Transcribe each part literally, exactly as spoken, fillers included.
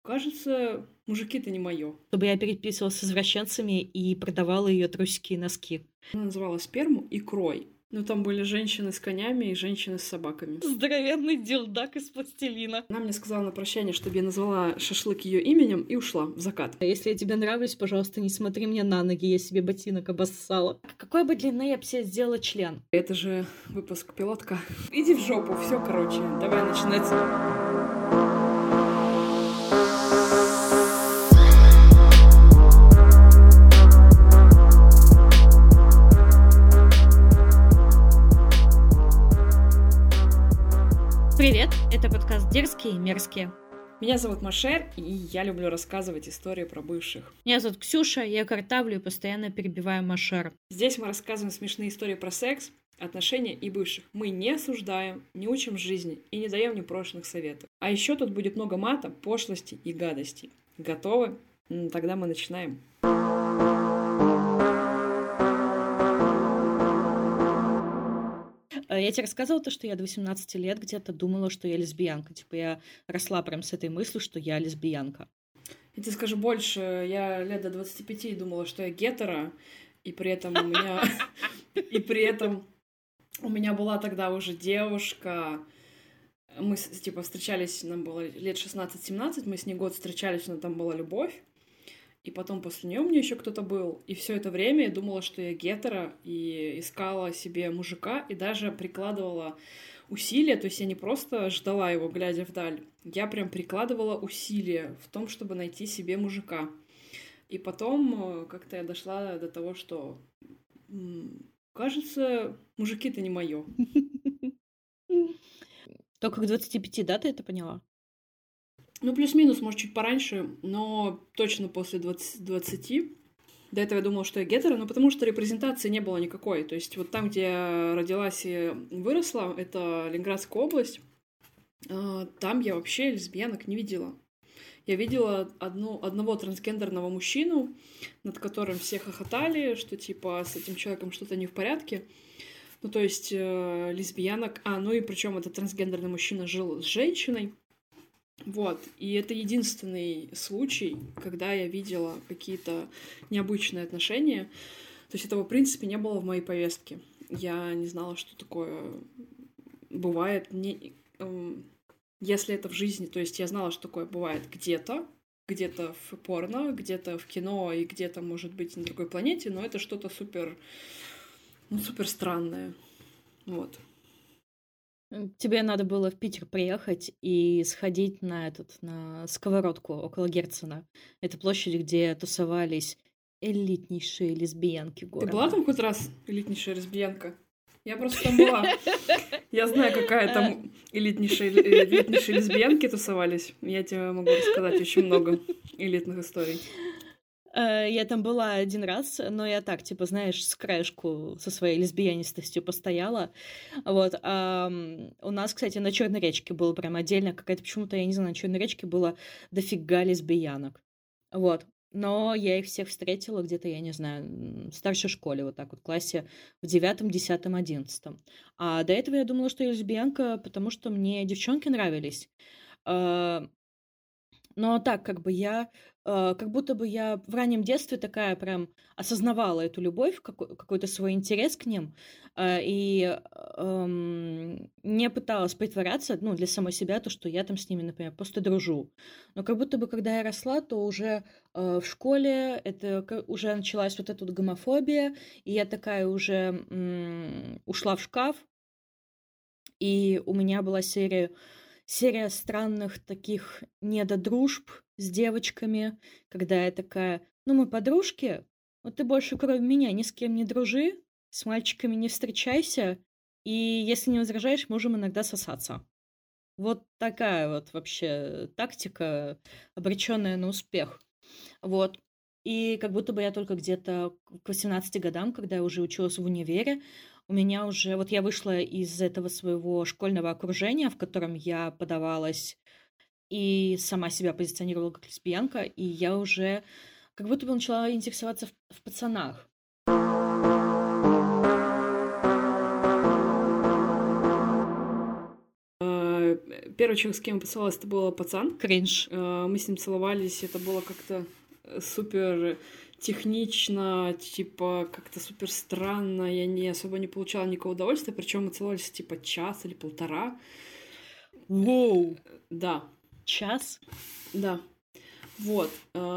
Кажется, мужики-то не моё. Чтобы я переписывалась с извращенцами и продавала ее трусики и носки. Она называла сперму икрой. Ну, там были женщины с конями и женщины с собаками. Здоровенный дилдак из пластилина. Она мне сказала на прощание, чтобы я назвала шашлык ее именем, и ушла в закат. Если я тебе нравлюсь, пожалуйста, не смотри мне на ноги, я себе ботинок обоссала. Какой бы длины я бы себе сделала член? Это же выпуск пилотка. Иди в жопу, все, короче, давай начинать. Привет, это подкаст «Дерзкие и мерзкие». Меня зовут Машер, и я люблю рассказывать истории про бывших. Меня зовут Ксюша, я картавлю и постоянно перебиваю Машер. Здесь мы рассказываем смешные истории про секс, отношения и бывших. Мы не осуждаем, не учим жизни и не даем непрошенных советов. А еще тут будет много мата, пошлости и гадостей. Готовы? Тогда мы начинаем. Я тебе рассказывала то, что я до восемнадцати лет где-то думала, что я лесбиянка. Типа я росла прям с этой мыслью, что я лесбиянка. Я тебе скажу больше. Я лет до двадцати пяти думала, что я гетеро, и при этом у меня... И при этом у меня была тогда уже девушка. Мы, типа, встречались, нам было лет шестнадцать-семнадцать, мы с ней год встречались, но там была любовь. И потом после нее у меня еще кто-то был. И все это время я думала, что я гетеро, и искала себе мужика, и даже прикладывала усилия. То есть я не просто ждала его, глядя вдаль. Я прям прикладывала усилия в том, чтобы найти себе мужика. И потом как-то я дошла до того, что, кажется, мужики-то не моё. Только к двадцати пяти, да, ты это поняла? Ну, плюс-минус, может, чуть пораньше, но точно после двадцати. До этого я думала, что я гетеро, но потому что репрезентации не было никакой. То есть вот там, где я родилась и выросла, это Ленинградская область, там я вообще лесбиянок не видела. Я видела одну, одного трансгендерного мужчину, над которым все хохотали, что типа с этим человеком что-то не в порядке. Ну, то есть э, лесбиянок... А, ну и причем этот трансгендерный мужчина жил с женщиной. Вот, и это единственный случай, когда я видела какие-то необычные отношения. То есть этого, в принципе, не было в моей повестке. Я не знала, что такое бывает. Не... Если это в жизни, то есть я знала, что такое бывает где-то, где-то в порно, где-то в кино и где-то, может быть, на другой планете, но это что-то супер, ну, супер странное. Вот. Тебе надо было в Питер приехать и сходить на этот, на сковородку около Герцена. Это площадь, где тусовались элитнейшие лесбиянки города. Ты была там хоть раз, элитнейшая лесбиянка? Я просто там была. Я знаю, какая там элитнейшие, элитнейшие лесбиянки тусовались. Я тебе могу рассказать очень много элитных историй. Я там была один раз, но я так, типа, знаешь, с краешку со своей лесбиянистостью постояла. Вот. А у нас, кстати, на Черной речке было прям отдельно какая-то, почему-то, я не знаю, на Черной речке было дофига лесбиянок. Вот. Но я их всех встретила где-то, я не знаю, в старшей школе, вот так вот, в классе в девятом, десятом, одиннадцатом. А до этого я думала, что я лесбиянка, потому что мне девчонки нравились. Но так, как бы я, как будто бы я в раннем детстве такая прям осознавала эту любовь, какой-то свой интерес к ним, и эм, не пыталась притворяться, ну, для самой себя, то, что я там с ними, например, просто дружу. Но как будто бы, когда я росла, то уже э, в школе это уже началась вот эта вот гомофобия, и я такая уже м- ушла в шкаф, и у меня была серия серия странных таких недодружб с девочками, когда я такая, ну, мы подружки, вот ты больше кроме меня ни с кем не дружи, с мальчиками не встречайся, и если не возражаешь, можем иногда сосаться. Вот такая вот вообще тактика, обреченная на успех. Вот. И как будто бы я только где-то к восемнадцати годам, когда я уже училась в универе, у меня уже... Вот я вышла из этого своего школьного окружения, в котором я подавалась и сама себя позиционировала как лесбиянка, и я уже как будто бы начала интересоваться в, в пацанах. Первый человек, с кем я поцеловалась, это был пацан. Кринж. Мы с ним целовались, это было как-то супер технично, типа, как-то супер странно, я не особо не получала никакого удовольствия, причем мы целовались, типа, час или полтора. Воу! Да. Час? Да. Вот.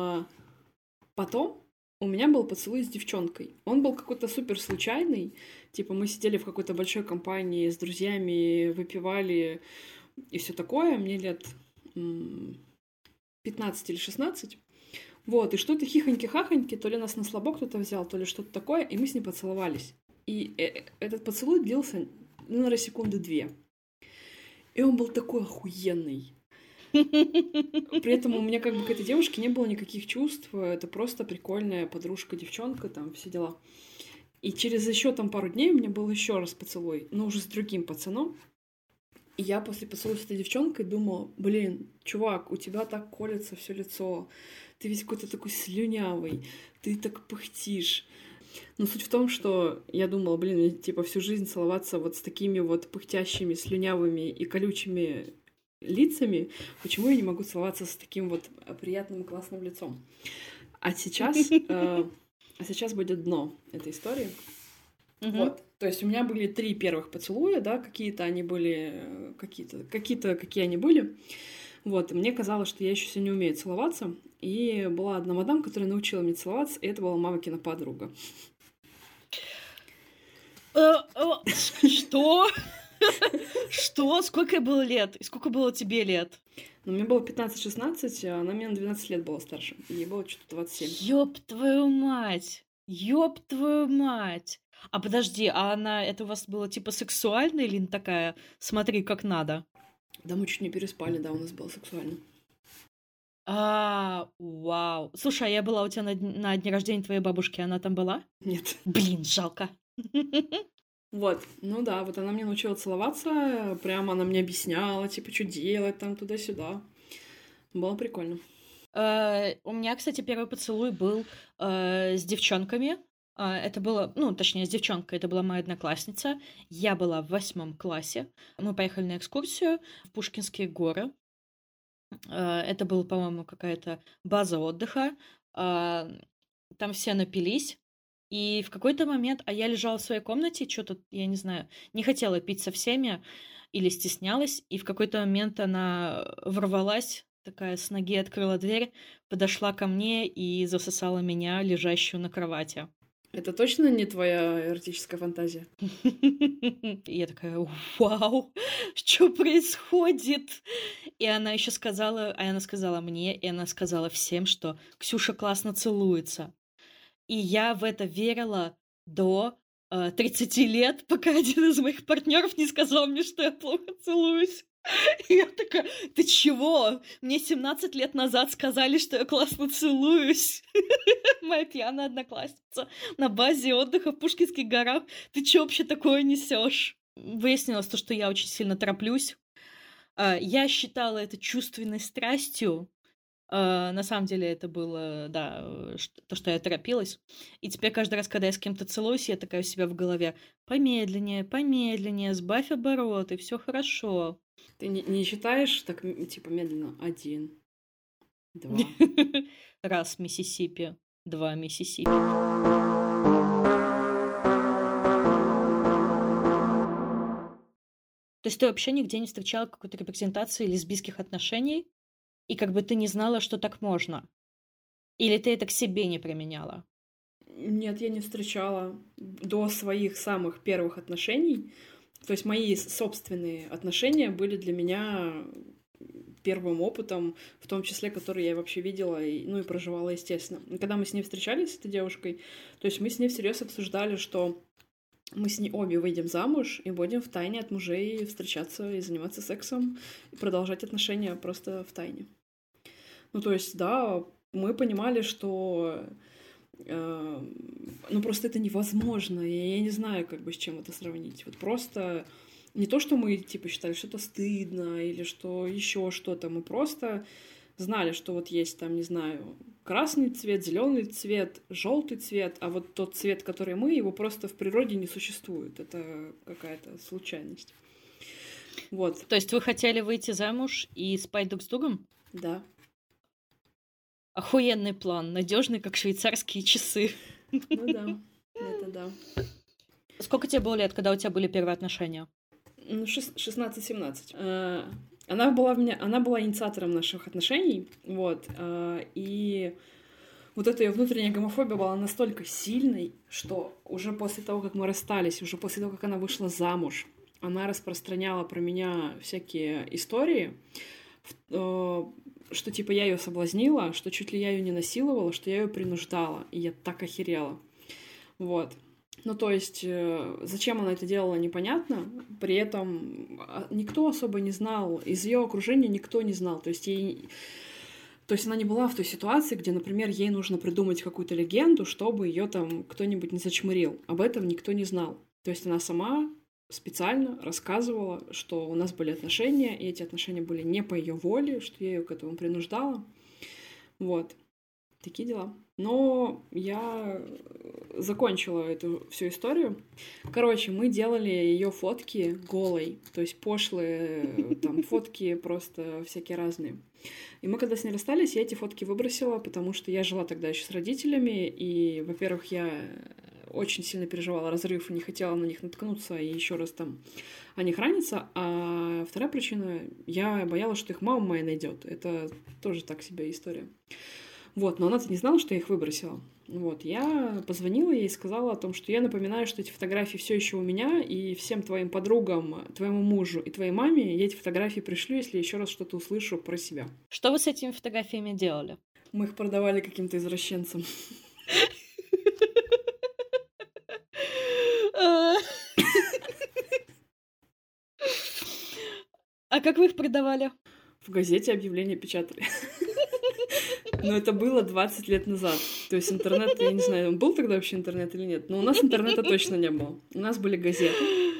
Потом у меня был поцелуй с девчонкой. Он был какой-то супер случайный. Типа мы сидели в какой-то большой компании с друзьями, выпивали и все такое. Мне лет пятнадцать или шестнадцать. Вот, и что-то хихоньки-хахоньки, то ли нас на слабо кто-то взял, то ли что-то такое, и мы с ней поцеловались. И этот поцелуй длился, ну, наверное, секунды две. И он был такой охуенный. При этом у меня как бы к этой девушке не было никаких чувств. Это просто прикольная подружка, девчонка, там все дела. И через еще там пару дней у меня был еще раз поцелуй, но уже с другим пацаном. И я после поцелуя с этой девчонкой думала, блин, чувак, у тебя так колется все лицо, ты весь какой-то такой слюнявый, ты так пыхтишь. Но суть в том, что я думала, блин, мне типа всю жизнь целоваться вот с такими вот пыхтящими, слюнявыми и колючими лицами, почему я не могу целоваться с таким вот приятным и классным лицом? А сейчас, э, а сейчас будет дно этой истории. Uh-huh. Вот. То есть у меня были три первых поцелуя, да, какие-то они были, какие-то, какие-то, какие они были. Вот, и мне казалось, что я еще все не умею целоваться. И была одна мадам, которая научила меня целоваться, и это была мамакина подруга. Что? Что? Сколько было лет? И сколько было тебе лет? Ну, мне было пятнадцать-шестнадцать, а она меня на двенадцать лет была старше. Ей было что-то двадцать семь. Ёб твою мать! Ёб твою мать! А подожди, а она, это у вас было типа сексуально или такая, смотри, как надо? Да, мы чуть не переспали, да, у нас было сексуально. А, вау. Слушай, а я была у тебя на, на дне рождения твоей бабушки, она там была? Нет. Блин, жалко. Вот, ну да, вот она мне научила целоваться, прямо она мне объясняла, типа, что делать там туда-сюда. Было прикольно. Uh, у меня, кстати, первый поцелуй был uh, с девчонками. Uh, это было, ну, точнее, с девчонкой. Это была моя одноклассница. Я была в восьмом классе. Мы поехали на экскурсию в Пушкинские горы. Uh, это была, по-моему, какая-то база отдыха. Uh, там все напились. И в какой-то момент, а я лежала в своей комнате, что-то, я не знаю, не хотела пить со всеми или стеснялась. И в какой-то момент она ворвалась, такая с ноги открыла дверь, подошла ко мне и засосала меня, лежащую на кровати. Это точно не твоя эротическая фантазия? И я такая, вау, что происходит? И она еще сказала, а она сказала мне, и она сказала всем, что Ксюша классно целуется. И я в это верила до э, тридцати лет, пока один из моих партнеров не сказал мне, что я плохо целуюсь. И я такая, ты чего? Мне семнадцать лет назад сказали, что я классно целуюсь. Моя пьяная одноклассница на базе отдыха в Пушкинских горах. Ты чё вообще такое несешь? Выяснилось то, что я очень сильно тороплюсь. Я считала это чувственной страстью. Uh, на самом деле это было, да, то, что я торопилась. И теперь каждый раз, когда я с кем-то целуюсь, я такая у себя в голове: помедленнее, помедленнее, сбавь обороты, все хорошо. Ты не, не считаешь так, типа, медленно? Один, два. Раз Миссисипи, два Миссисипи. То есть ты вообще нигде не встречала какой-то репрезентации лесбийских отношений? И как бы ты не знала, что так можно? Или ты это к себе не применяла? Нет, я не встречала до своих самых первых отношений. То есть мои собственные отношения были для меня первым опытом, в том числе, который я вообще видела, и, ну и проживала, естественно. И когда мы с ней встречались, с этой девушкой, то есть мы с ней всерьез обсуждали, что мы с ней обе выйдем замуж и будем втайне от мужей встречаться и заниматься сексом, и продолжать отношения просто втайне. Ну, то есть, да, мы понимали, что э, ну, просто это невозможно, и я не знаю, как бы с чем это сравнить. Вот просто не то, что мы, типа, считали, что это стыдно или что еще что-то, мы просто знали, что вот есть там, не знаю, красный цвет, зеленый цвет, желтый цвет, а вот тот цвет, который мы, его просто в природе не существует. Это какая-то случайность. Вот. То есть вы хотели выйти замуж и спать друг с другом? Да. Охуенный план, надежный, как швейцарские часы. Ну да, это да. Сколько тебе было лет, когда у тебя были первые отношения? Ну, шестнадцать-семнадцать. Она была, в меня, она была инициатором наших отношений, вот, и вот эта ее внутренняя гомофобия была настолько сильной, что уже после того, как мы расстались, уже после того, как она вышла замуж, она распространяла про меня всякие истории, что типа я ее соблазнила, что чуть ли я ее не насиловала, что я ее принуждала, и я так охерела. Вот. Ну, то есть, зачем она это делала, непонятно. При этом никто особо не знал, из ее окружения никто не знал. То есть, ей... То есть она не была в той ситуации, где, например, ей нужно придумать какую-то легенду, чтобы ее там кто-нибудь не зачмырил. Об этом никто не знал. То есть она сама специально рассказывала, что у нас были отношения, и эти отношения были не по ее воле, что я ее к этому принуждала. Вот. Такие дела. Но я закончила эту всю историю. Короче, мы делали ее фотки голой, то есть пошлые, там, фотки просто всякие разные. И мы, когда с ней расстались, я эти фотки выбросила, потому что я жила тогда еще с родителями, и, во-первых, я очень сильно переживала разрыв и не хотела на них наткнуться и еще раз там о них раниться. А вторая причина, я боялась, что их мама моя найдет. Это тоже так себе история. Вот, но она-то не знала, что я их выбросила. Вот, я позвонила ей и сказала о том, что я напоминаю, что эти фотографии все еще у меня, и всем твоим подругам, твоему мужу и твоей маме я эти фотографии пришлю, если еще раз что-то услышу про себя. Что вы с этими фотографиями делали? Мы их продавали каким-то извращенцам. А как вы их продавали? В газете объявления печатали. Но это было двадцать лет назад. То есть интернет, я не знаю, был тогда вообще интернет или нет, но у нас интернета точно не было. У нас были газеты.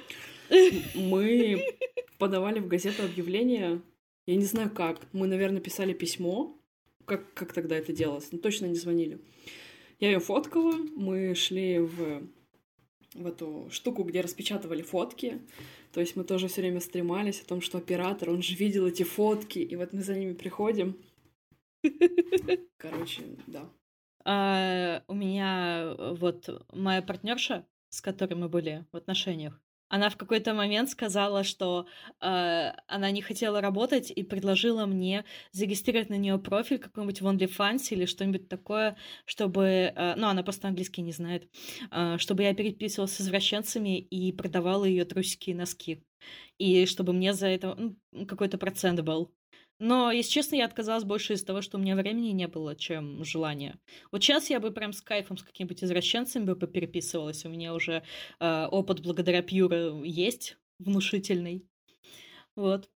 Мы подавали в газету объявления, я не знаю как. Мы, наверное, писали письмо. Как, как тогда это делалось? Но точно не звонили. Я ее фоткала, мы шли в, в эту штуку, где распечатывали фотки. То есть мы тоже все время стремались о том, что оператор, он же видел эти фотки, и вот мы за ними приходим. Короче, да. А, у меня вот моя партнерша, с которой мы были в отношениях, она в какой-то момент сказала, что э, она не хотела работать и предложила мне зарегистрировать на нее профиль какой-нибудь в OnlyFans или что-нибудь такое, чтобы... Э, ну, она просто английский не знает. Э, чтобы я переписывалась с извращенцами и продавала ее трусики и носки. И чтобы мне за это ну, какой-то процент был. Но, если честно, я отказалась больше из-за того, что у меня времени не было, чем желания. Вот сейчас я бы прям с кайфом с какими-нибудь извращенцами бы попереписывалась. У меня уже э, опыт благодаря Пьюре есть, внушительный. Вот.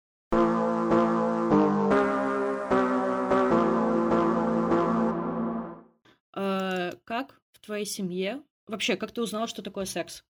Э, как в твоей семье? Вообще, как ты узнала, что такое секс?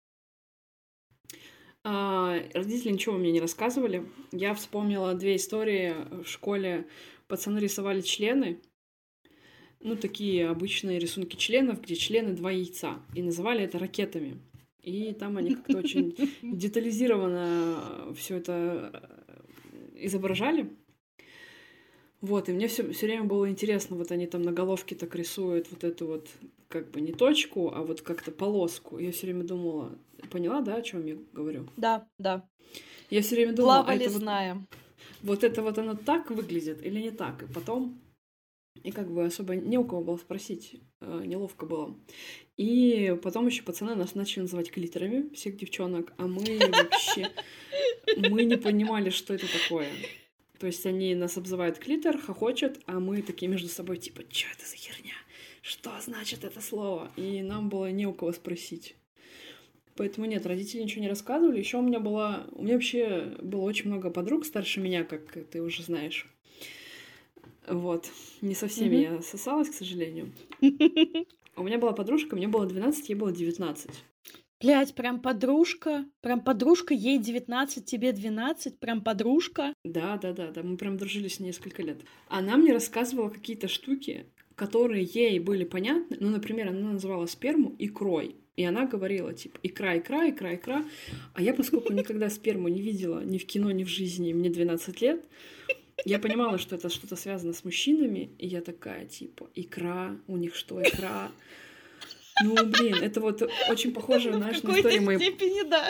А, родители ничего мне не рассказывали. Я вспомнила две истории в школе. Пацаны рисовали члены. Ну, такие обычные рисунки членов, где члены два яйца. И называли это ракетами. И там они как-то очень детализированно все это изображали. Вот, и мне все, все время было интересно, вот они там на головке так рисуют вот эту вот, как бы не точку, а вот как-то полоску. Я все время думала, поняла, да, о чем я говорю? Да, да. Я все время думала, Плавали, а это знаем. Вот, вот это вот оно так выглядит или не так? И потом, и как бы особо не у кого было спросить, неловко было. И потом еще пацаны нас начали называть клиторами, всех девчонок, а мы вообще, мы не понимали, что это такое. То есть они нас обзывают клитор, хохочут, а мы такие между собой, типа, что это за херня? Что значит это слово? И нам было не у кого спросить. Поэтому нет, родители ничего не рассказывали. Еще у меня была... У меня вообще было очень много подруг старше меня, как ты уже знаешь. Вот. Не со всеми mm-hmm. я сосалась, к сожалению. У меня была подружка, мне было двенадцать, ей было девятнадцать. Блядь, прям подружка, прям подружка, ей девятнадцать, тебе двенадцать, прям подружка. Да, да, да, да, мы прям дружили с ней несколько лет. Она мне рассказывала какие-то штуки, которые ей были понятны. Ну, например, она называла сперму икрой. И она говорила, типа, икра, икра, икра, икра. А я, поскольку никогда сперму не видела ни в кино, ни в жизни, мне двенадцать лет, я понимала, что это что-то связано с мужчинами, и я такая, типа, икра, у них что, икра? Ну, блин, это вот очень похоже, Ну, в знаешь, на какой-то историю моей... степени, да.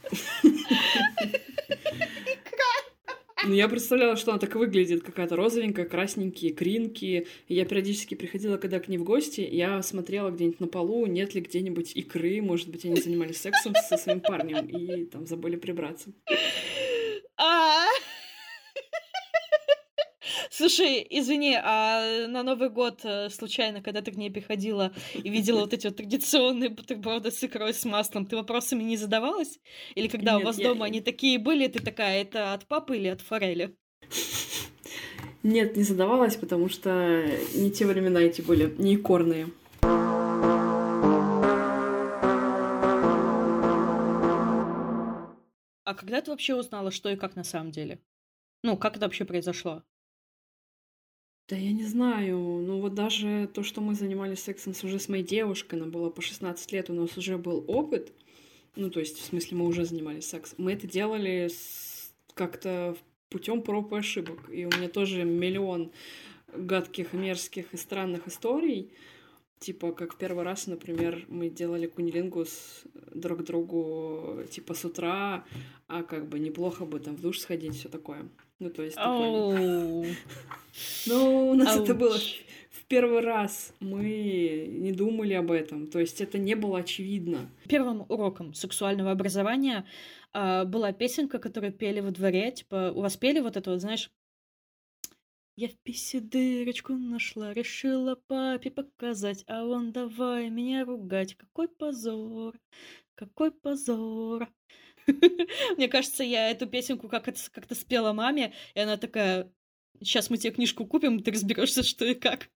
Ну, я представляла, что она так выглядит, какая-то розовенькая, красненькие, кринки. И я периодически приходила, когда к ней в гости, я смотрела где-нибудь на полу, нет ли где-нибудь икры, может быть, они занимались сексом со своим парнем и там забыли прибраться. А, Слушай, извини, а на Новый год э, случайно, когда ты к ней приходила и видела вот эти вот традиционные бутерброды с икрой с маслом, ты вопросами не задавалась? Или когда у Нет, вас я... дома они такие были, ты такая, это от папы или от форели? Нет, не задавалась, потому что не те времена эти были, не икорные. А когда ты вообще узнала, что и как на самом деле? Ну, как это вообще произошло? Да я не знаю, ну вот даже то, что мы занимались сексом с- уже с моей девушкой, нам было по шестнадцать лет, у нас уже был опыт, ну то есть в смысле мы уже занимались сексом, мы это делали с- как-то путем проб и ошибок, и у меня тоже миллион гадких, мерзких и странных историй, типа как в первый раз, например, мы делали кунилингус друг другу типа с утра, а как бы неплохо бы там в душ сходить, все такое. Ну, то есть такой Оу, ну, у нас это было ауч. в первый раз. Мы не думали об этом. То есть это не было очевидно. Первым уроком сексуального образования а, была песенка, которую пели во дворе. Типа, у вас пели вот это вот, знаешь, я в писе дырочку нашла, решила папе показать, а он давай меня ругать. Какой позор, какой позор. Мне кажется, я эту песенку как это- как-то спела маме, и она такая, сейчас мы тебе книжку купим, и ты разберешься, что и как.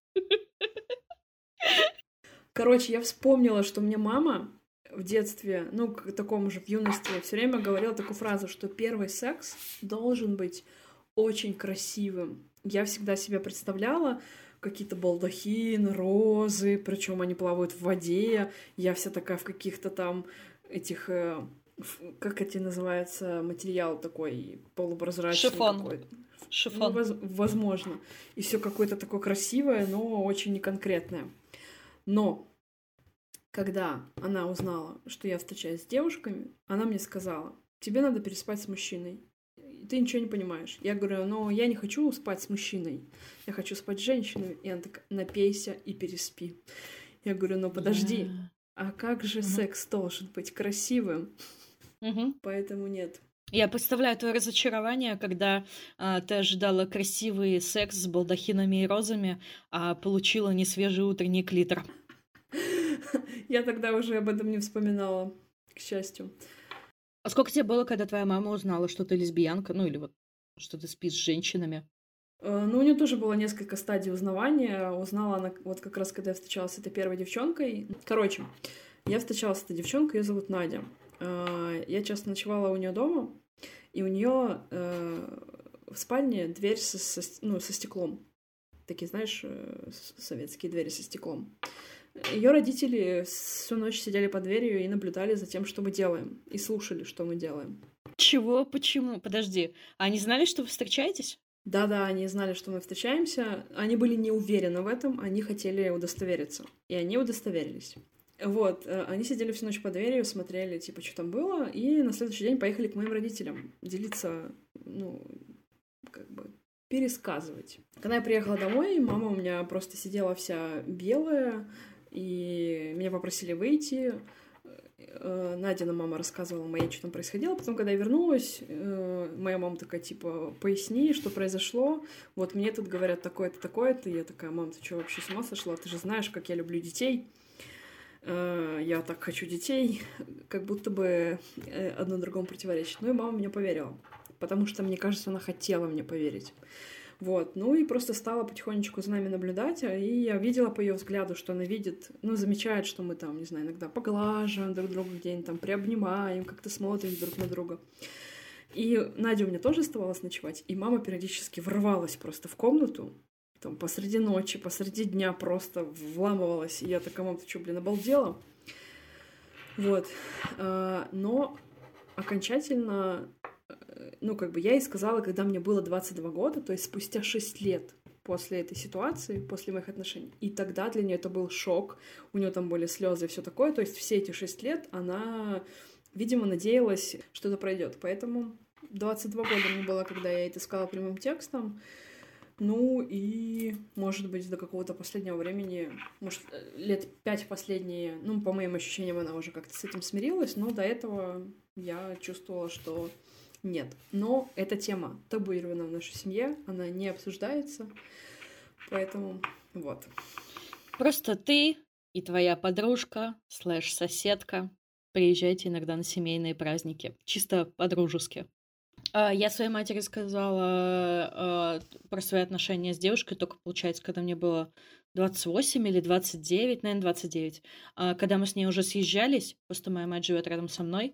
Короче, я вспомнила, что мне мама в детстве, ну, к такому же в юности, все время говорила такую фразу, что первый секс должен быть очень красивым. Я всегда себя представляла какие-то балдахины, розы, причем они плавают в воде. Я вся такая в каких-то там этих, э, ф- как эти называется, материал такой полупрозрачный Шифон, какой-то. Ну, шифон. воз- возможно. И все какое-то такое красивое, но очень неконкретное. Но когда она узнала, что я встречаюсь с девушками, она мне сказала, тебе надо переспать с мужчиной. Ты ничего не понимаешь. Я говорю, но я не хочу спать с мужчиной. Я хочу спать с женщиной. И она такая, напейся и переспи. Я говорю, ну подожди, Я... а как же Мгм. секс должен быть красивым? Мгм. Поэтому нет. Я представляю твое разочарование, когда а, ты ожидала красивый секс с балдахинами и розами, а получила несвежий утренний клитор. Я тогда уже об этом не вспоминала, к счастью. А сколько тебе было, когда твоя мама узнала, что ты лесбиянка, ну или вот, что ты спишь с женщинами? Э, Ну, у нее тоже было несколько стадий узнавания. Узнала она вот как раз, когда я встречалась с этой первой девчонкой. Короче, я встречалась с этой девчонкой, ее зовут Надя. Э, Я часто ночевала у нее дома, и у нее в спальне дверь со, со с- ну, со стеклом. Такие, знаешь, э, с- советские двери со стеклом. Ее родители всю ночь сидели под дверью и наблюдали за тем, что мы делаем, и слушали, что мы делаем. Чего? Почему? Подожди. А они знали, что вы встречаетесь? Да-да, они знали, что мы встречаемся. Они были не уверены в этом, они хотели удостовериться. И они удостоверились. Вот, э, они сидели всю ночь под дверью, смотрели, типа, что там было, и на следующий день поехали к моим родителям делиться, ну, как бы пересказывать. Когда я приехала домой, мама у меня просто сидела вся белая, и меня попросили выйти. Э, Надина мама рассказывала моей, что там происходило. Потом, когда я вернулась, э, моя мама такая, типа, поясни, что произошло. Вот мне тут говорят такое-то, такое-то. И я такая, мам, ты что, вообще с ума сошла? Ты же знаешь, как я люблю детей. Э, Я так хочу детей. Как будто бы э, одно другому противоречит. Ну и мама мне поверила. Потому что, мне кажется, она хотела мне поверить. Вот, ну и просто стала потихонечку за нами наблюдать, а, и я видела по ее взгляду, что она видит, ну, замечает, что мы там, не знаю, иногда поглаживаем друг друга где-нибудь, там, приобнимаем, как-то смотрим друг на друга. И Надя у меня тоже оставалась ночевать, и мама периодически ворвалась просто в комнату, там, посреди ночи, посреди дня просто вламывалась, и я такая, мам, ты что, блин, обалдела? Вот. А, Но окончательно, э, ну, как бы я ей сказала, когда мне было двадцать два года, то есть спустя шесть лет после этой ситуации, после моих отношений. И тогда для нее это был шок. У нее там были слезы и все такое. То есть все эти шесть лет она, видимо, надеялась, что это пройдет. Поэтому двадцать два года мне было, когда я это сказала прямым текстом. Ну и, может быть, до какого-то последнего времени, может, лет пять последние, ну, по моим ощущениям, она уже как-то с этим смирилась, но до этого я чувствовала, что нет. Но эта тема табуирована в нашей семье, она не обсуждается, поэтому вот. Просто ты и твоя подружка, слэш-соседка, приезжайте иногда на семейные праздники, чисто по-дружески. А, Я своей матери сказала а, про свои отношения с девушкой только, получается, когда мне было двадцать восемь или двадцать девять, наверное, двадцать девять. А, Когда мы с ней уже съезжались, просто моя мать живет рядом со мной,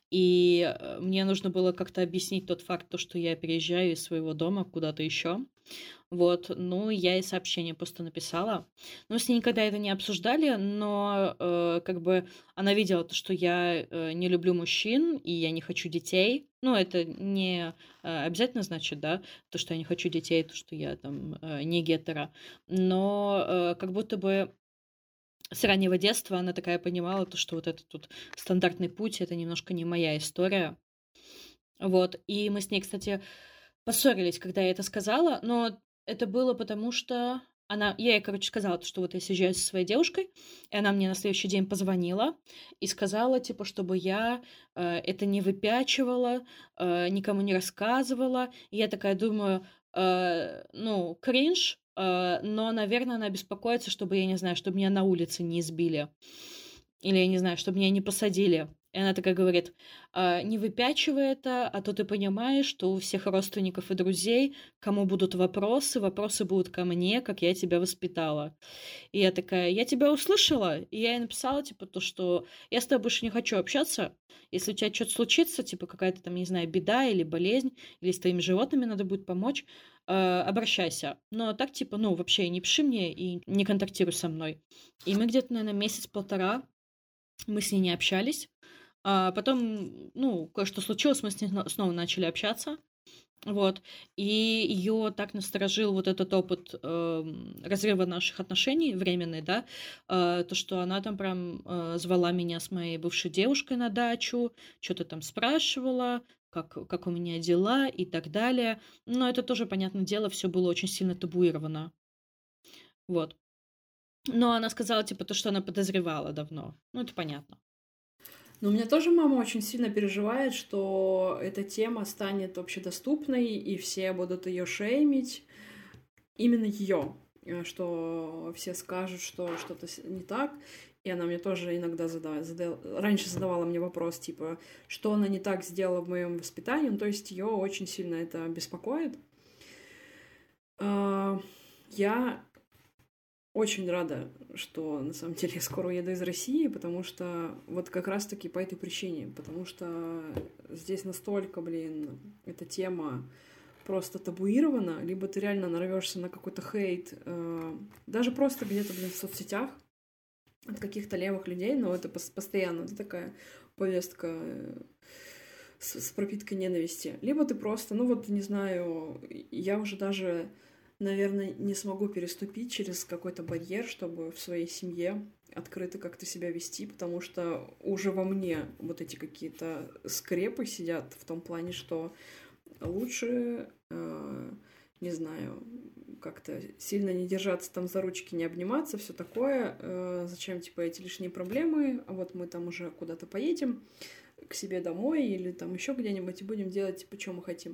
и э, мне нужно было как-то объяснить тот факт, то, что я переезжаю из своего дома куда-то еще. Вот, ну, я ей сообщение просто написала. Мы с ней никогда это не обсуждали, но э, как бы она видела то, что я э, не люблю мужчин, и я не хочу детей. Ну, это не э, обязательно значит, да, то, что я не хочу детей, то, что я там э, не гетеро. Но э, как будто бы с раннего детства она такая понимала, то, что вот этот тут стандартный путь, это немножко не моя история. Вот, и мы с ней, кстати, поссорились, когда я это сказала, но это было потому, что она, я ей, короче, сказала, что вот я съезжаю со своей девушкой, и она мне на следующий день позвонила и сказала, типа, чтобы я э, это не выпячивала, э, никому не рассказывала. И я такая думаю, э, ну, кринж, э, но, наверное, она беспокоится, чтобы, я не знаю, чтобы меня на улице не избили. Или, я не знаю, чтобы меня не посадили. И она такая говорит, «А, не выпячивай это, а то ты понимаешь, что у всех родственников и друзей, кому будут вопросы, вопросы будут ко мне, как я тебя воспитала». И я такая, я тебя услышала, и я ей написала, типа, то, что я с тобой больше не хочу общаться, если у тебя что-то случится, типа, какая-то там, не знаю, беда или болезнь, или с твоими животными надо будет помочь, э, обращайся. Но так, типа, ну, вообще не пиши мне и не контактируй со мной. И мы где-то, наверное, месяц-полтора мы с ней не общались. А потом, ну, кое-что случилось, мы с ней сно- снова начали общаться. Вот. И ее так насторожил вот этот опыт эм, разрыва наших отношений временный, да, э, то, что она там прям э, звала меня с моей бывшей девушкой на дачу, что-то там спрашивала, как, как у меня дела и так далее. Но это тоже, понятное дело, все было очень сильно табуировано. Вот. Но она сказала, типа, то, что она подозревала давно. Ну, это понятно. Но у меня тоже мама очень сильно переживает, что эта тема станет общедоступной, и все будут ее шеймить. Именно ее, что все скажут, что что-то с- не так. И она мне тоже иногда задавала, задал- раньше задавала мне вопрос, типа, что она не так сделала в моем воспитании. Ну, то есть ее очень сильно это беспокоит. А, Я очень рада, что на самом деле я скоро уеду из России, потому что вот как раз-таки по этой причине, потому что здесь настолько, блин, эта тема просто табуирована, либо ты реально нарвешься на какой-то хейт, э, даже просто где-то, блин, в соцсетях от каких-то левых людей, но это пос- постоянно, это такая повестка э, с, с пропиткой ненависти. Либо ты просто, ну вот, не знаю, я уже даже, наверное, не смогу переступить через какой-то барьер, чтобы в своей семье открыто как-то себя вести, потому что уже во мне вот эти какие-то скрепы сидят в том плане, что лучше, э, не знаю, как-то сильно не держаться там за ручки, не обниматься, все такое. Э, зачем, типа, эти лишние проблемы? А вот мы там уже куда-то поедем к себе домой или там еще где-нибудь и будем делать, типа, что мы хотим.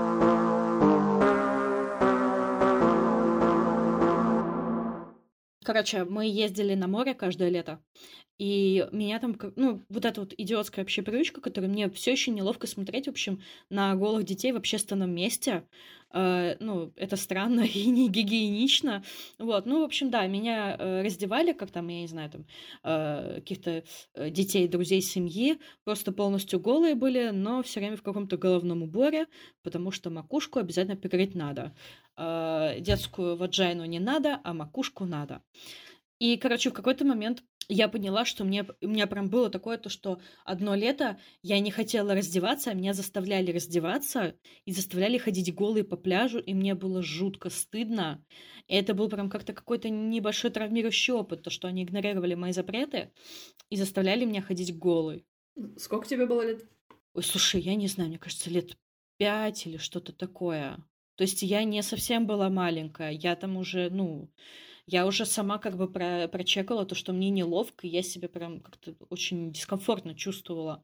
Короче, мы ездили на море каждое лето, и меня там, как- ну, вот эта вот идиотская вообще привычка, которую мне все еще неловко смотреть, в общем, на голых детей в общественном месте. Э, ну, это странно и не гигиенично. Вот, ну, в общем, да, меня э, раздевали, как там, я не знаю, там, э, каких-то э, детей, друзей семьи, просто полностью голые были, но все время в каком-то головном уборе, потому что макушку обязательно прикрыть надо. Э, детскую ваджайну не надо, а макушку надо. И, короче, в какой-то момент я поняла, что мне, у меня прям было такое, то, что одно лето я не хотела раздеваться, а меня заставляли раздеваться и заставляли ходить голой по пляжу, и мне было жутко стыдно. И это был прям как-то какой-то небольшой травмирующий опыт, то, что они игнорировали мои запреты и заставляли меня ходить голой. Сколько тебе было лет? Ой, слушай, я не знаю, мне кажется, лет пять или что-то такое. То есть я не совсем была маленькая, я там уже, ну, я уже сама как бы про прочекала то, что мне неловко, и я себя прям как-то очень дискомфортно чувствовала.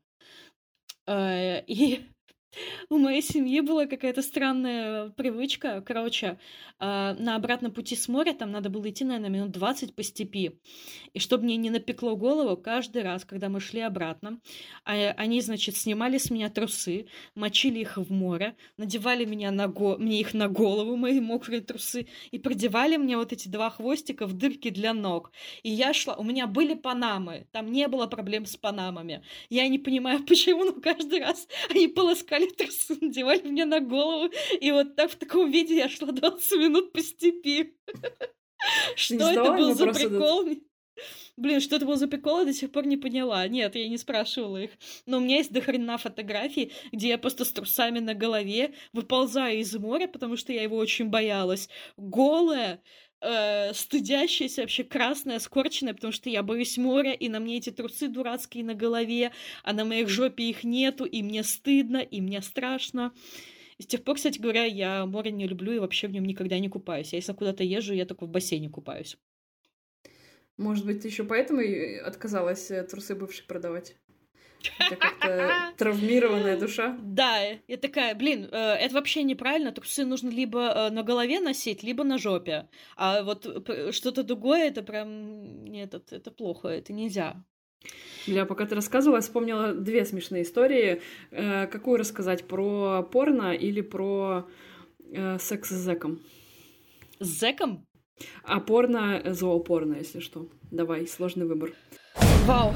Э, и у моей семьи была какая-то странная привычка. Короче, а, на обратном пути с моря там надо было идти, наверное, минут двадцать по степи. И чтобы мне не напекло голову, каждый раз, когда мы шли обратно, а- они, значит, снимали с меня трусы, мочили их в море, надевали меня на го- мне их на голову, мои мокрые трусы, и продевали мне вот эти два хвостика в дырки для ног. И я шла, у меня были панамы, там не было проблем с панамами. Я не понимаю, почему, но каждый раз они полоскали трусы, надевали мне на голову, и вот так в таком виде я шла двадцать минут по степи. Что это был за прикол? Блин, что это был за прикол, я до сих пор не поняла. Нет, я не спрашивала их. Но у меня есть дохрена фотографий, где я просто с трусами на голове выползаю из моря, потому что я его очень боялась. Голая, э, стыдящаяся, вообще красная, скорченная, потому что я боюсь моря, и на мне эти трусы дурацкие на голове, а на моей жопе их нету, и мне стыдно, и мне страшно. И с тех пор, кстати говоря, я море не люблю и вообще в нем никогда не купаюсь. Я если куда-то езжу, я только в бассейне купаюсь. Может быть, ты еще поэтому и отказалась э, трусы бывших продавать? Это как-то травмированная душа. Да, я такая, блин, э, это вообще неправильно. Трусы нужно либо э, на голове носить, либо на жопе. А вот п- что-то другое, это прям... Нет, это, это плохо, это нельзя. Бля, пока ты рассказывала, я вспомнила две смешные истории. Э, какую рассказать? Про порно или про э, секс с зэком? С зэком? А порно, э, зоопорно, если что. Давай, сложный выбор. Вау.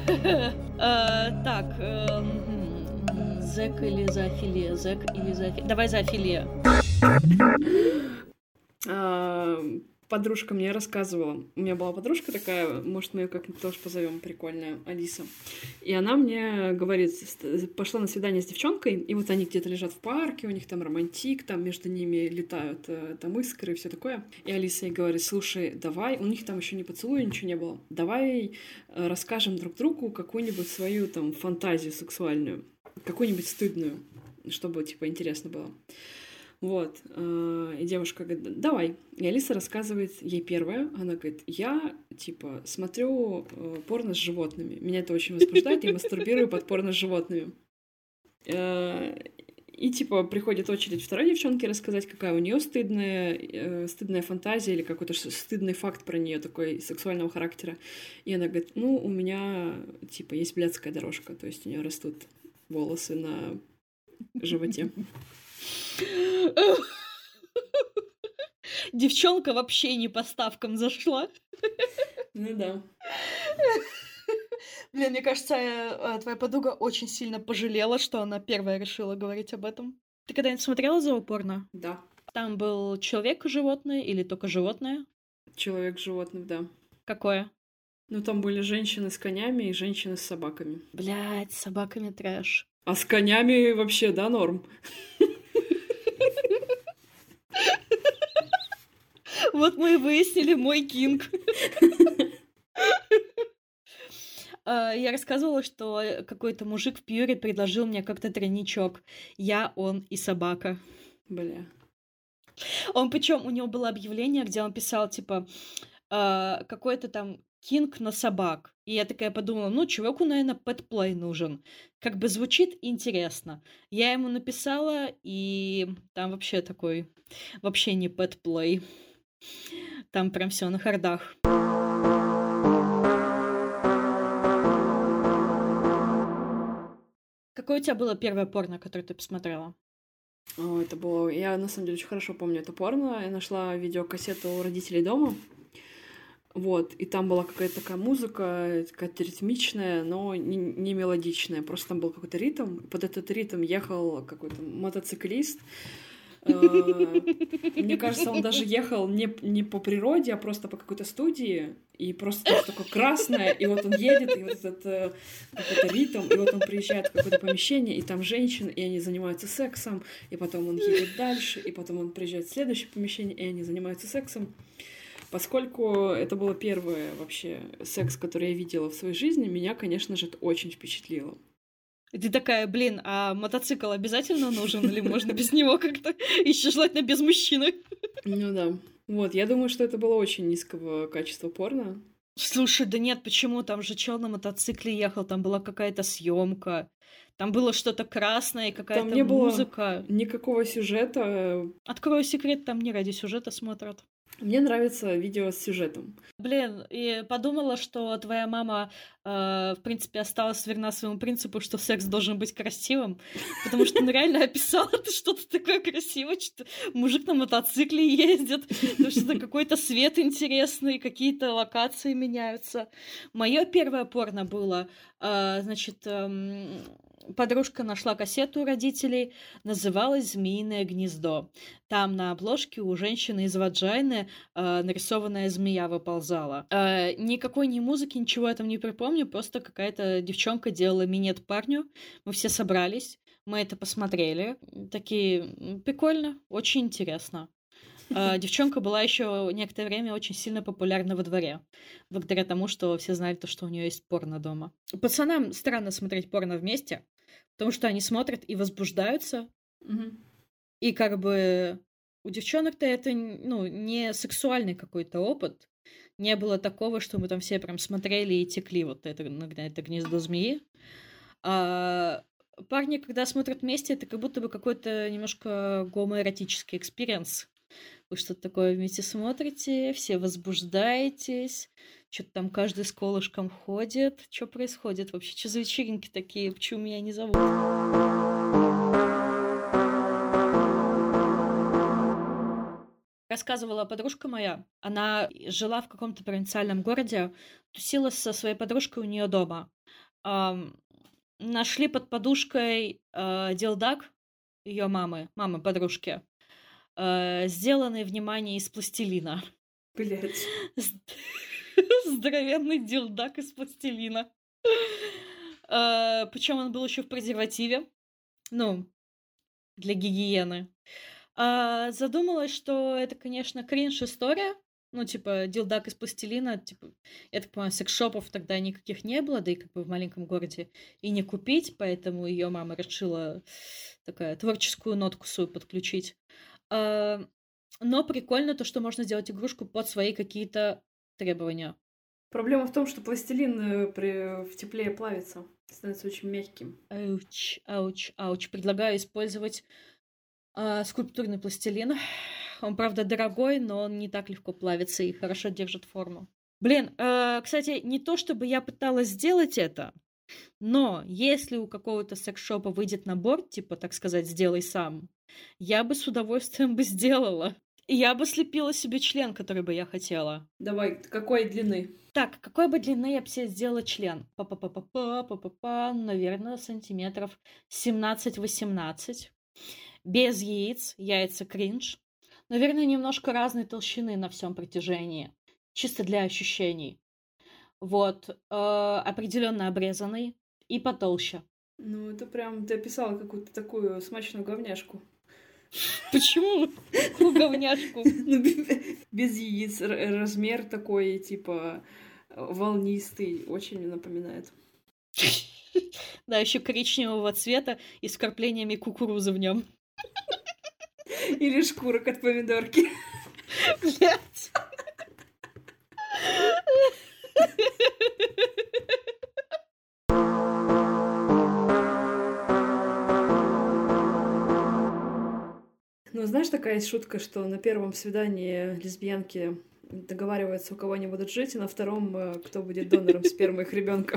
Э, Так, эм, зэк или зоофилия? Зэк или зоофилия? Давай зоофилия. А, Подружка мне рассказывала. У меня была подружка такая, может, мы ее как-нибудь тоже позовем, прикольная, Алиса. И она мне говорит, ст- пошла на свидание с девчонкой, и вот они где-то лежат в парке, у них там романтик, там между ними летают э, там искры и все такое. И Алиса ей говорит, слушай, давай, у них там еще не поцелуя, ничего не было, давай э, расскажем друг другу какую-нибудь свою там фантазию сексуальную, какую-нибудь стыдную, чтобы, типа, интересно было. Вот. э, И девушка говорит, давай. И Алиса рассказывает ей первое. Она говорит, я, типа, смотрю э, порно с животными. Меня это очень возбуждает, я мастурбирую под порно с животными. Э, И, типа, приходит очередь второй девчонки рассказать, какая у нее стыдная, э, стыдная фантазия или какой-то ш- стыдный факт про нее такой сексуального характера. И она говорит, ну, у меня, типа, есть блядская дорожка, то есть у нее растут волосы на животе. Девчонка вообще не по ставкам зашла. Ну да. Блин, мне кажется, э, э, твоя подруга очень сильно пожалела, что она первая решила говорить об этом. Ты когда-нибудь смотрела зоопорно? Да. Там был человек-животное или только животное? Человек-животных, да. Какое? Ну, там были женщины с конями и женщины с собаками. Блядь, с собаками трэш. А с конями вообще, да, норм? Вот мы и выяснили мой кинг. А, Я рассказывала, что какой-то мужик в Пьюре предложил мне как-то тройничок. Я, он и собака. Бля. Он, причем у него было объявление, где он писал, типа, а, какой-то там кинг на собак. И я такая подумала, ну, чуваку, наверное, пэтплей нужен. Как бы звучит интересно. Я ему написала, и там вообще такой, вообще не пэтплей. Там прям все на хардах. Какое у тебя было первое порно, которое ты посмотрела? О, это было... Я, на самом деле, очень хорошо помню это порно. Я нашла видеокассету у родителей дома. Вот. И там была какая-то такая музыка, какая-то ритмичная, но не, не мелодичная. Просто там был какой-то ритм. Под этот ритм ехал какой-то мотоциклист. Мне кажется, он даже ехал не, не по природе, а просто по какой-то студии, и просто там такое красное, и вот он едет, и вот этот э, какой-то ритм, и вот он приезжает в какое-то помещение, и там женщины, и они занимаются сексом, и потом он едет дальше, и потом он приезжает в следующее помещение, и они занимаются сексом. Поскольку это было первое вообще секс, который я видела в своей жизни, меня, конечно же, это очень впечатлило. И ты такая, блин, а мотоцикл обязательно нужен, или можно без него как-то? Еще желательно без мужчины. Ну да. Вот, я думаю, что это было очень низкого качества порно. Слушай, да нет, почему? Там же чел на мотоцикле ехал, там была какая-то съемка, там было что-то красное, какая-то Там не музыка. было никакого сюжета. Открою секрет, там не ради сюжета смотрят. Мне нравится видео с сюжетом. Блин, и подумала, что твоя мама, э, в принципе, осталась верна своему принципу, что секс должен быть красивым, потому что он реально описал это что-то такое красивое, что мужик на мотоцикле ездит, что-то какой-то свет интересный, какие-то локации меняются. Мое первое порно было, э, значит, э, подружка нашла кассету у родителей, называлась «Змеиное гнездо». Там на обложке у женщины из ваджайны э, нарисованная змея выползала. Э, никакой ни музыки, ничего я там не припомню, просто какая-то девчонка делала минет парню. Мы все собрались, мы это посмотрели. Такие, прикольно, очень интересно. Э, девчонка была еще некоторое время очень сильно популярна во дворе, благодаря тому, что все знали то, что у нее есть порно дома. Пацанам странно смотреть порно вместе, потому что они смотрят и возбуждаются. Угу. И как бы у девчонок-то это, ну, не сексуальный какой-то опыт. Не было такого, что мы там все прям смотрели и текли вот это, иногда это гнездо змеи. А парни, когда смотрят вместе, это как будто бы какой-то немножко гомоэротический экспириенс. Вы что-то такое вместе смотрите, все возбуждаетесь, что-то там каждый с колышком ходит. Что происходит вообще? Что за вечеринки такие? Почему меня не зовут? Рассказывала подружка моя, она жила в каком-то провинциальном городе, тусила со своей подружкой у нее дома. Эм, нашли под подушкой э, дилдак ее мамы, мамы подружки, э, сделанный, внимание, из пластилина. Блять. Здоровенный дилдак из пластилина. Причем он был еще в презервативе. Ну, для гигиены. А, задумалась, что это, конечно, кринж-история. Ну, типа, дилдак из пластилина, типа, я так понимаю, секс-шопов тогда никаких не было, да и как бы в маленьком городе и не купить, поэтому ее мама решила такая творческую нотку свою подключить. А, но прикольно то, что можно сделать игрушку под свои какие-то требования. Проблема в том, что пластилин при... в тепле плавится, становится очень мягким. Ауч, ауч, ауч. Предлагаю использовать а, скульптурный пластилин. Он, правда, дорогой, но он не так легко плавится и хорошо держит форму. Блин, э, кстати, не то чтобы я пыталась сделать это, но если у какого-то секс-шопа выйдет набор, типа, так сказать, сделай сам, я бы с удовольствием бы сделала. И я бы слепила себе член, который бы я хотела. Давай, какой длины? Так, какой бы длины я бы себе сделала член? Па-па-па-па-па, па-па-па, наверное, сантиметров семнадцать-восемнадцать. Без яиц, яйца кринж. Наверное, немножко разной толщины на всем протяжении. Чисто для ощущений. Вот. Э, определенно обрезанный и потолще. Ну, это прям ты описала какую-то такую смачную говняшку. Почему? Какую говняшку? Без яиц. Размер такой, типа, волнистый. Очень напоминает. Да, еще коричневого цвета и с вкраплениями кукурузы в нем. Или шкурок от помидорки. Блять. Ну, знаешь, такая есть шутка, что на первом свидании лесбиянки договариваются, у кого они будут жить, и на втором, кто будет донором спермы их ребенка.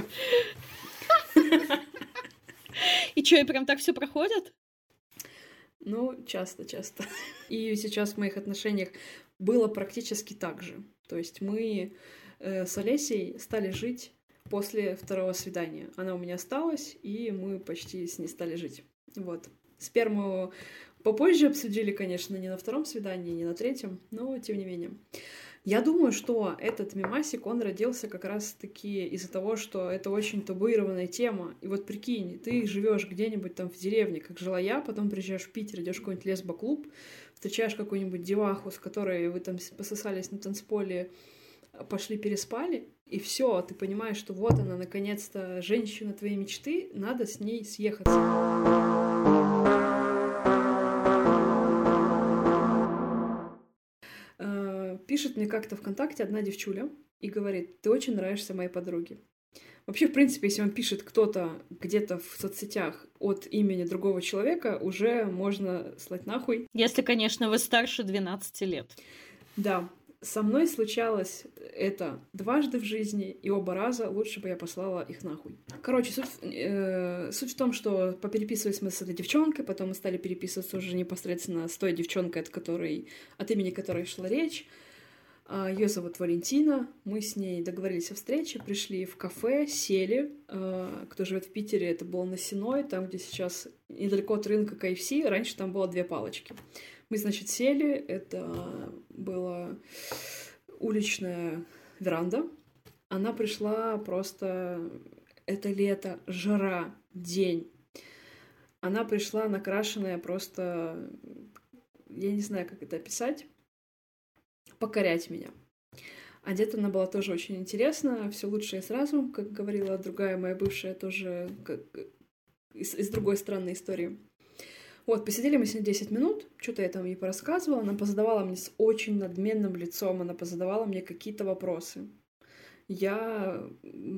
И что, и прям так все проходит? Ну, часто-часто. И сейчас в моих отношениях было практически так же. То есть мы э, с Олесей стали жить после второго свидания. Она у меня осталась, и мы почти с ней стали жить. Вот. Сперму попозже обсудили, конечно, не на втором свидании, не на третьем, но тем не менее. Я думаю, что этот мемасик, он родился как раз-таки из-за того, что это очень табуированная тема. И вот прикинь, ты живешь где-нибудь там в деревне, как жила я, потом приезжаешь в Питер, идешь в какой-нибудь лесбо-клуб, встречаешь какую-нибудь деваху, с которой вы там пососались на танцполе, пошли переспали, и все, ты понимаешь, что вот она, наконец-то, женщина твоей мечты, надо с ней съехаться. Пишет мне как-то ВКонтакте одна девчуля и говорит: ты очень нравишься моей подруге. Вообще, в принципе, если вам пишет кто-то где-то в соцсетях от имени другого человека, уже можно слать нахуй. Если, конечно, вы старше двенадцати лет. Да. Со мной случалось это дважды в жизни, и оба раза лучше бы я послала их нахуй. Короче, суть, э, суть в том, что попереписывались мы с этой девчонкой, потом мы стали переписываться уже непосредственно с той девчонкой, от которой, от имени которой шла речь. Ее зовут Валентина. Мы с ней договорились о встрече, пришли в кафе, сели. Кто живет в Питере, это было на Сеной, там, где сейчас недалеко от рынка ка эф си. Раньше там было две палочки. Мы, значит, сели. Это была уличная веранда. Она пришла просто... Это лето, жара, день. Она пришла накрашенная просто... Я не знаю, как это описать. Покорять меня. Одета она была тоже очень интересно, все лучшее сразу, как говорила другая моя бывшая, тоже как, из, из другой странной истории. Вот, посидели мы с ней десять минут, что-то я там ей порассказывала, она позадавала мне с очень надменным лицом, она позадавала мне какие-то вопросы. Я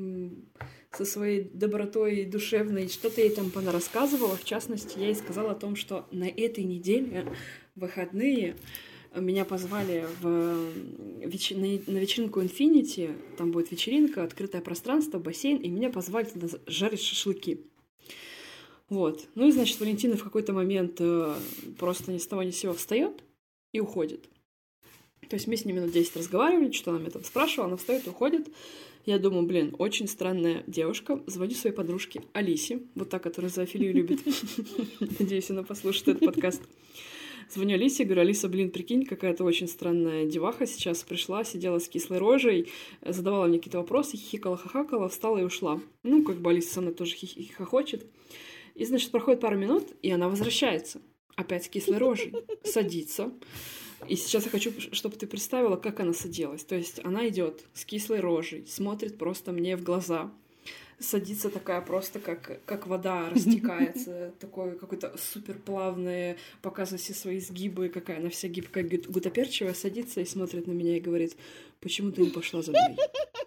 со своей добротой душевной что-то ей там понарассказывала, в частности, я ей сказала о том, что на этой неделе, в выходные, меня позвали в веч... на вечеринку Infinity, там будет вечеринка, открытое пространство, бассейн, и меня позвали туда жарить шашлыки. Вот. Ну и, значит, Валентина в какой-то момент просто ни с того ни с сего встает и уходит. То есть мы с ней минут десять разговаривали, что она меня там спрашивала, она встает и уходит. Я думаю, блин, очень странная девушка. Звоню своей подружке Алисе, вот та, которая зоофилию любит. Надеюсь, она послушает этот подкаст. Звоню Алисе, говорю: Алиса, блин, прикинь, какая-то очень странная деваха сейчас пришла, сидела с кислой рожей, задавала мне какие-то вопросы, хихикала-хахакала, встала и ушла. Ну, как бы Алиса со мной тоже хихихохочет. И, значит, проходит пару минут, и она возвращается. Опять с кислой рожей. Садится. И сейчас я хочу, чтобы ты представила, как она садилась. То есть она идет с кислой рожей, смотрит просто мне в глаза, садится такая просто, как, как вода растекается, такой какой-то суперплавный, показывает все свои сгибы, какая она вся гибкая, гутоперчивая, садится и смотрит на меня и говорит: почему ты не пошла за мной?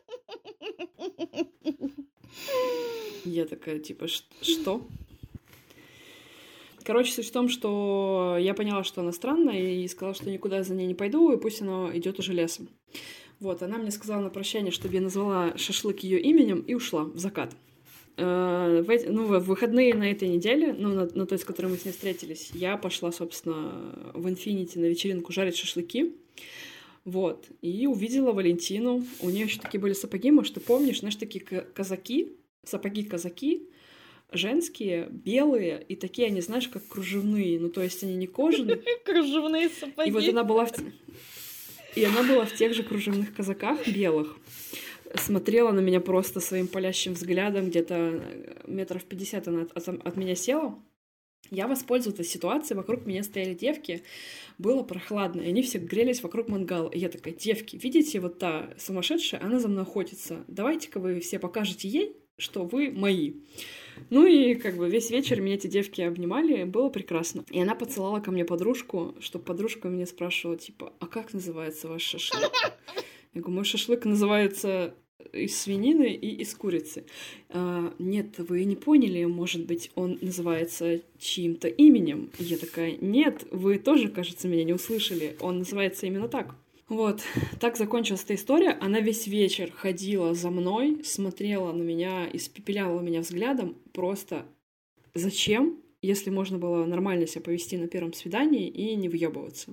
Я такая, типа, что? Короче, суть в том, что я поняла, что она странная, и сказала, что никуда за ней не пойду, и пусть она идет уже лесом. Вот, она мне сказала на прощание, чтобы я назвала шашлык ее именем, и ушла в закат. В эти, ну, в выходные на этой неделе, ну, на, на той, с которой мы с ней встретились, я пошла, собственно, в Infinity на вечеринку жарить шашлыки. Вот, и увидела Валентину. У нее еще такие были сапоги, может, ты помнишь, знаешь, такие казаки, сапоги-казаки, женские, белые, и такие они, знаешь, как кружевные. Ну, то есть они не кожаные. Кружевные сапоги. И вот она была в... И она была в тех же кружевных казаках белых. Смотрела на меня просто своим палящим взглядом. Где-то метров пятьдесят она от, от, от меня села. Я воспользовалась ситуацией. Вокруг меня стояли девки. Было прохладно. И они все грелись вокруг мангала. И я такая: девки, видите, вот та сумасшедшая, она за мной охотится. Давайте-ка вы все покажете ей, что вы мои. Ну и как бы весь вечер меня эти девки обнимали, было прекрасно. И она поцеловала ко мне подружку, чтобы подружка меня спрашивала, типа: а как называется ваш шашлык? Я говорю: мой шашлык называется из свинины и из курицы. А, нет, вы не поняли, может быть, он называется чьим-то именем. И я такая: нет, вы тоже, кажется, меня не услышали, он называется именно так. Вот, так закончилась эта история. Она весь вечер ходила за мной, смотрела на меня, испепеляла меня взглядом. Просто зачем, если можно было нормально себя повести на первом свидании и не въебываться?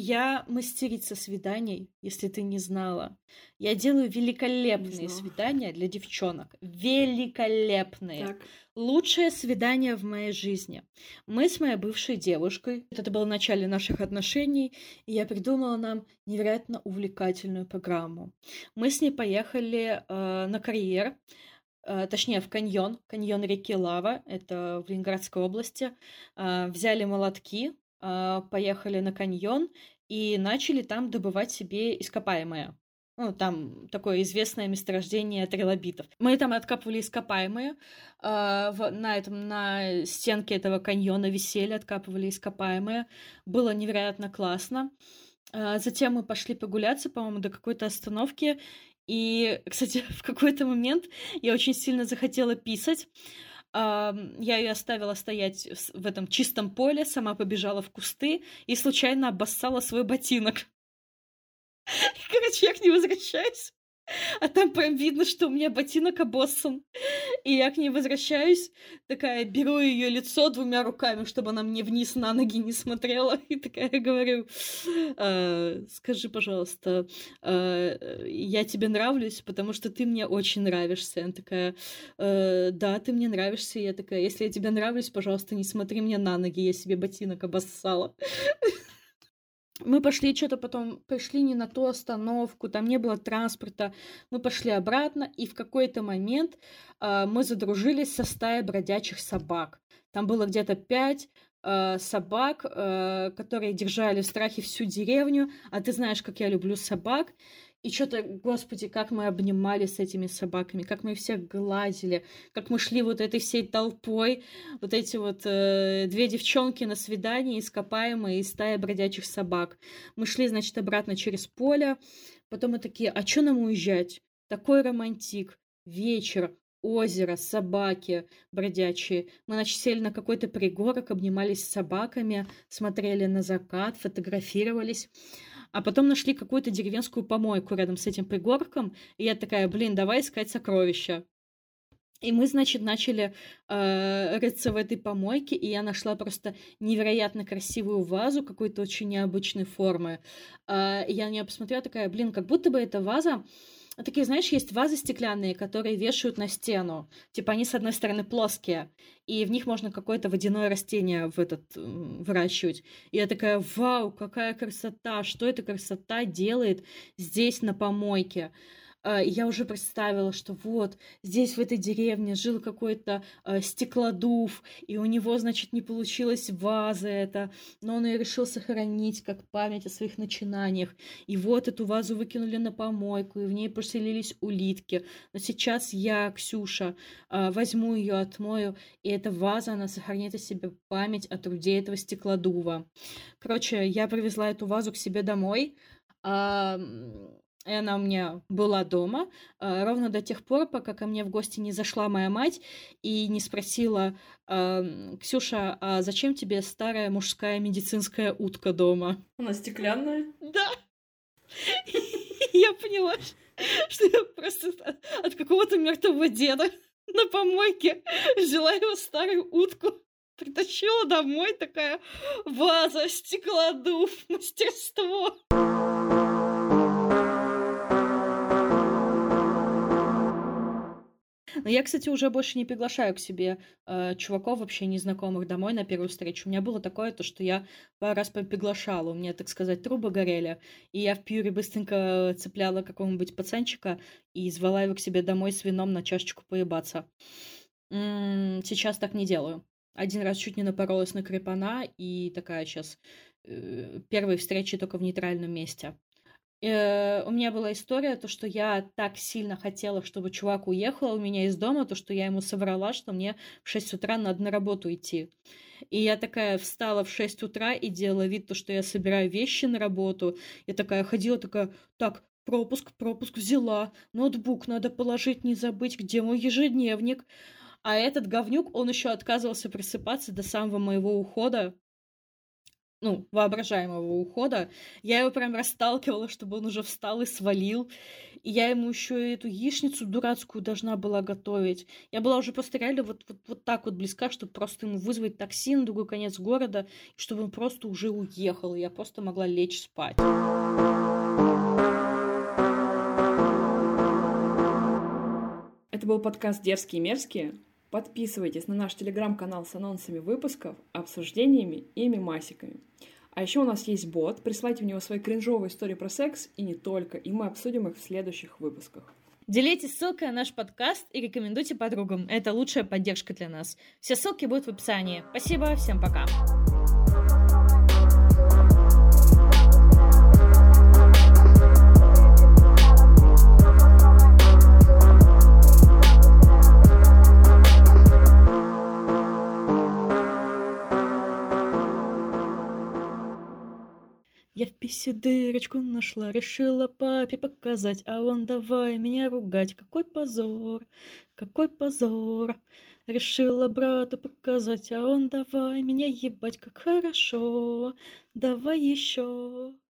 Я мастерица свиданий, если ты не знала. Я делаю Не великолепные знала. свидания для девчонок. Великолепные. Так. Лучшее свидание в моей жизни. Мы с моей бывшей девушкой, это было в начале наших отношений, и я придумала нам невероятно увлекательную программу. Мы с ней поехали э, на карьер, э, точнее в каньон, каньон реки Лава, это в Ленинградской области. Э, взяли молотки, э, поехали на каньон и начали там добывать себе ископаемое. Ну, там такое известное месторождение трилобитов. Мы там откапывали ископаемые, э, в, на, этом, на стенке этого каньона висели, откапывали ископаемые. Было невероятно классно. Э, затем мы пошли погуляться, по-моему, до какой-то остановки. И, кстати, в какой-то момент я очень сильно захотела писать. Э, я ее оставила стоять в, в этом чистом поле, сама побежала в кусты и случайно обоссала свой ботинок. Короче, я к ней возвращаюсь, а там прям видно, что у меня ботинок обоссан. И я к ней возвращаюсь, такая, беру ее лицо двумя руками, чтобы она мне вниз на ноги не смотрела. И такая говорю, э, скажи, пожалуйста, э, я тебе нравлюсь, потому что ты мне очень нравишься. Она такая, э, да, ты мне нравишься. И я такая, если я тебе нравлюсь, пожалуйста, не смотри мне на ноги, я себе ботинок обоссала. Мы пошли что-то потом, пришли не на ту остановку, там не было транспорта, мы пошли обратно, и в какой-то момент э, мы задружились со стаей бродячих собак. Там было где-то пять э, собак, э, которые держали в страхе всю деревню, а ты знаешь, как я люблю собак. И что-то, господи, как мы обнимались с этими собаками, как мы их всех гладили, как мы шли вот этой всей толпой, вот эти вот э, две девчонки на свидании, ископаемые, и стая бродячих собак. Мы шли, значит, обратно через поле, потом мы такие, а что нам уезжать? Такой романтик, вечер, озеро, собаки бродячие. Мы, значит, сели на какой-то пригорок, обнимались с собаками, смотрели на закат, фотографировались. А потом нашли какую-то деревенскую помойку рядом с этим пригорком, и я такая, блин, давай искать сокровища. И мы, значит, начали э, рыться в этой помойке, и я нашла просто невероятно красивую вазу какой-то очень необычной формы. Э, и я на нее посмотрела, такая, блин, как будто бы эта ваза... Такие, знаешь, есть вазы стеклянные, которые вешают на стену. Типа они, с одной стороны, плоские, и в них можно какое-то водяное растение в этот, выращивать. И я такая, вау, какая красота! Что эта красота делает здесь, на помойке? Я уже представила, что вот здесь, в этой деревне, жил какой-то э, стеклодув, и у него, значит, не получилась ваза эта, но он ее решил сохранить как память о своих начинаниях. И вот эту вазу выкинули на помойку, и в ней поселились улитки. Но сейчас я, Ксюша, э, возьму ее, отмою, и эта ваза, она сохранит о себе память о труде этого стеклодува. Короче, я привезла эту вазу к себе домой, э, и она у меня была дома, э, ровно до тех пор, пока ко мне в гости не зашла моя мать и не спросила, э, Ксюша, а зачем тебе старая мужская медицинская утка дома? Она стеклянная? Да. Я поняла, что я просто от какого-то мертвого деда на помойке взяла его старую утку, притащила домой, такая ваза, стеклодув, мастерство. Но я, кстати, уже больше не приглашаю к себе э, чуваков вообще незнакомых домой на первую встречу. У меня было такое, то, что я пару раз приглашала. У меня, так сказать, трубы горели. И я в пьюре быстренько цепляла какого-нибудь пацанчика и звала его к себе домой с вином на чашечку поебаться. М-м, сейчас так не делаю. Один раз чуть не напоролась на крепана, и такая сейчас э, первые встречи только в нейтральном месте. Э, у меня была история, то, что я так сильно хотела, чтобы чувак уехал у меня из дома, то, что я ему соврала, что мне в шесть утра надо на работу идти. И я такая встала в шесть утра и делала вид, то, что я собираю вещи на работу. Я такая ходила, такая, так, пропуск, пропуск взяла, ноутбук надо положить, не забыть, где мой ежедневник. А этот говнюк, он еще отказывался просыпаться до самого моего ухода. ну, воображаемого ухода. Я его прям расталкивала, чтобы он уже встал и свалил. И я ему еще эту яичницу дурацкую должна была готовить. Я была уже просто реально вот, вот, вот так вот близка, чтобы просто ему вызвать такси на другой конец города, чтобы он просто уже уехал, и я просто могла лечь спать. Это был подкаст «Дерзкие и мерзкие». Подписывайтесь на наш телеграм-канал с анонсами выпусков, обсуждениями и мемасиками. А еще у нас есть бот, присылайте в него свои кринжовые истории про секс и не только, и мы обсудим их в следующих выпусках. Делитесь ссылкой на наш подкаст и рекомендуйте подругам. Это лучшая поддержка для нас. Все ссылки будут в описании. Спасибо, всем пока. Я в писе дырочку нашла, решила папе показать, а он давай меня ругать. Какой позор, какой позор. Решила брату показать, а он давай меня ебать, как хорошо. Давай еще.